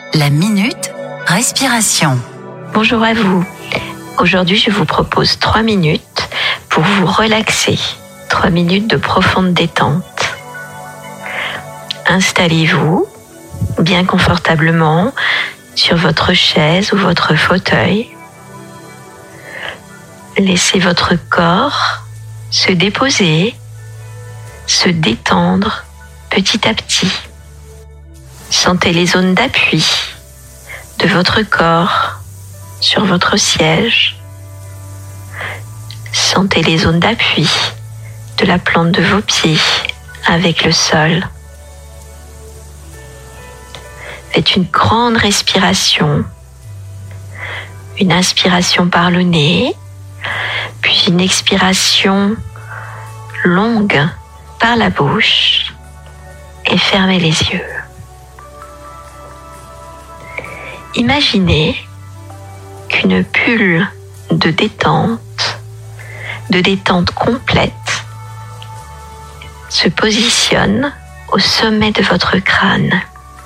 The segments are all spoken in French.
La minute respiration. Bonjour à vous. Aujourd'hui, je vous propose 3 minutes pour vous relaxer. 3 minutes de profonde détente. Installez-vous bien confortablement sur votre chaise ou votre fauteuil. Laissez votre corps se déposer, se détendre petit à petit. Sentez les zones d'appui de votre corps sur votre siège. Sentez les zones d'appui de la plante de vos pieds avec le sol. Faites une grande respiration. Une inspiration par le nez, puis une expiration longue par la bouche et fermez les yeux. Imaginez qu'une bulle de détente complète, se positionne au sommet de votre crâne.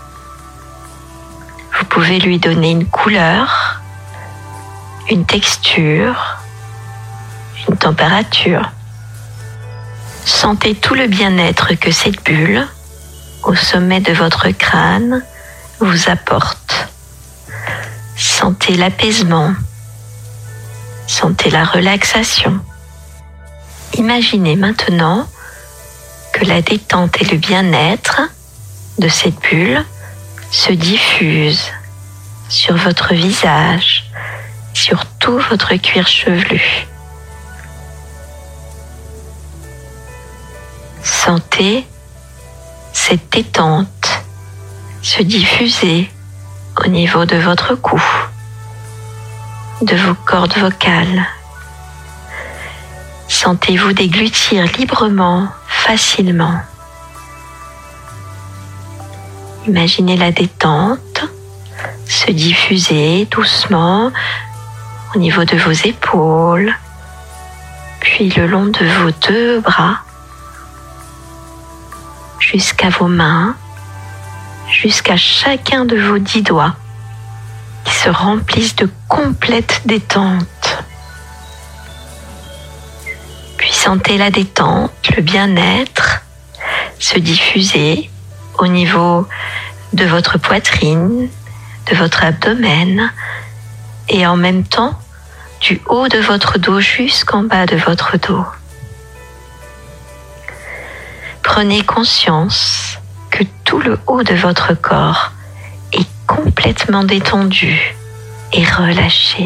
Vous pouvez lui donner une couleur, une texture, une température. Sentez tout le bien-être que cette bulle, au sommet de votre crâne, vous apporte. Sentez l'apaisement, sentez la relaxation. Imaginez maintenant que la détente et le bien-être de cette bulle se diffusent sur votre visage, sur tout votre cuir chevelu. Sentez cette détente se diffuser au niveau de votre cou, de vos cordes vocales. Sentez-vous déglutir librement, facilement. Imaginez la détente se diffuser doucement au niveau de vos épaules, puis le long de vos 2 bras, jusqu'à vos mains, jusqu'à chacun de vos 10 doigts qui se remplissent de complète détente. Puis sentez la détente, le bien-être se diffuser au niveau de votre poitrine, de votre abdomen et en même temps du haut de votre dos jusqu'en bas de votre dos. Prenez conscience que tout le haut de votre corps est complètement détendu et relâché.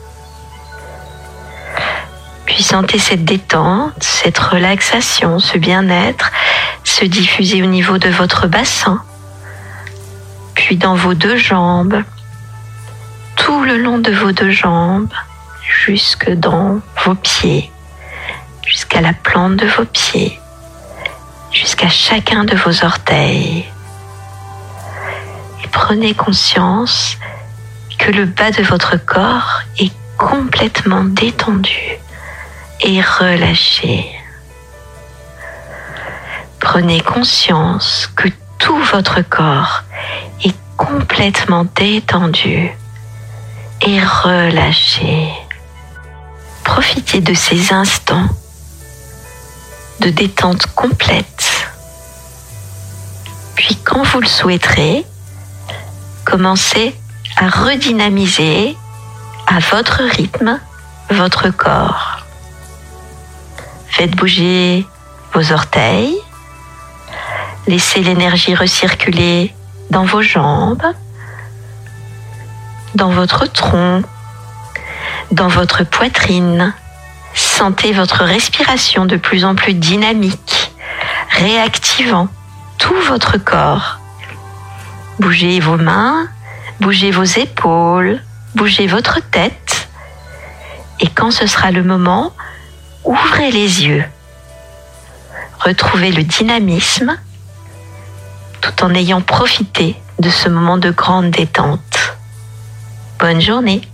Puis sentez cette détente, cette relaxation, ce bien-être se diffuser au niveau de votre bassin, puis dans vos 2 jambes, tout le long de vos 2 jambes, jusque dans vos pieds, jusqu'à la plante de vos pieds, jusqu'à chacun de vos orteils. Et prenez conscience que le bas de votre corps est complètement détendu et relâché. Prenez conscience que tout votre corps est complètement détendu et relâché. Profitez de ces instants de détente complète. Puis quand vous le souhaiterez, commencez à redynamiser à votre rythme votre corps. Faites bouger vos orteils, laissez l'énergie recirculer dans vos jambes, dans votre tronc, dans votre poitrine. Sentez votre respiration de plus en plus dynamique, réactivant tout votre corps. Bougez vos mains, bougez vos épaules, bougez votre tête. Et quand ce sera le moment, ouvrez les yeux. Retrouvez le dynamisme tout en ayant profité de ce moment de grande détente. Bonne journée.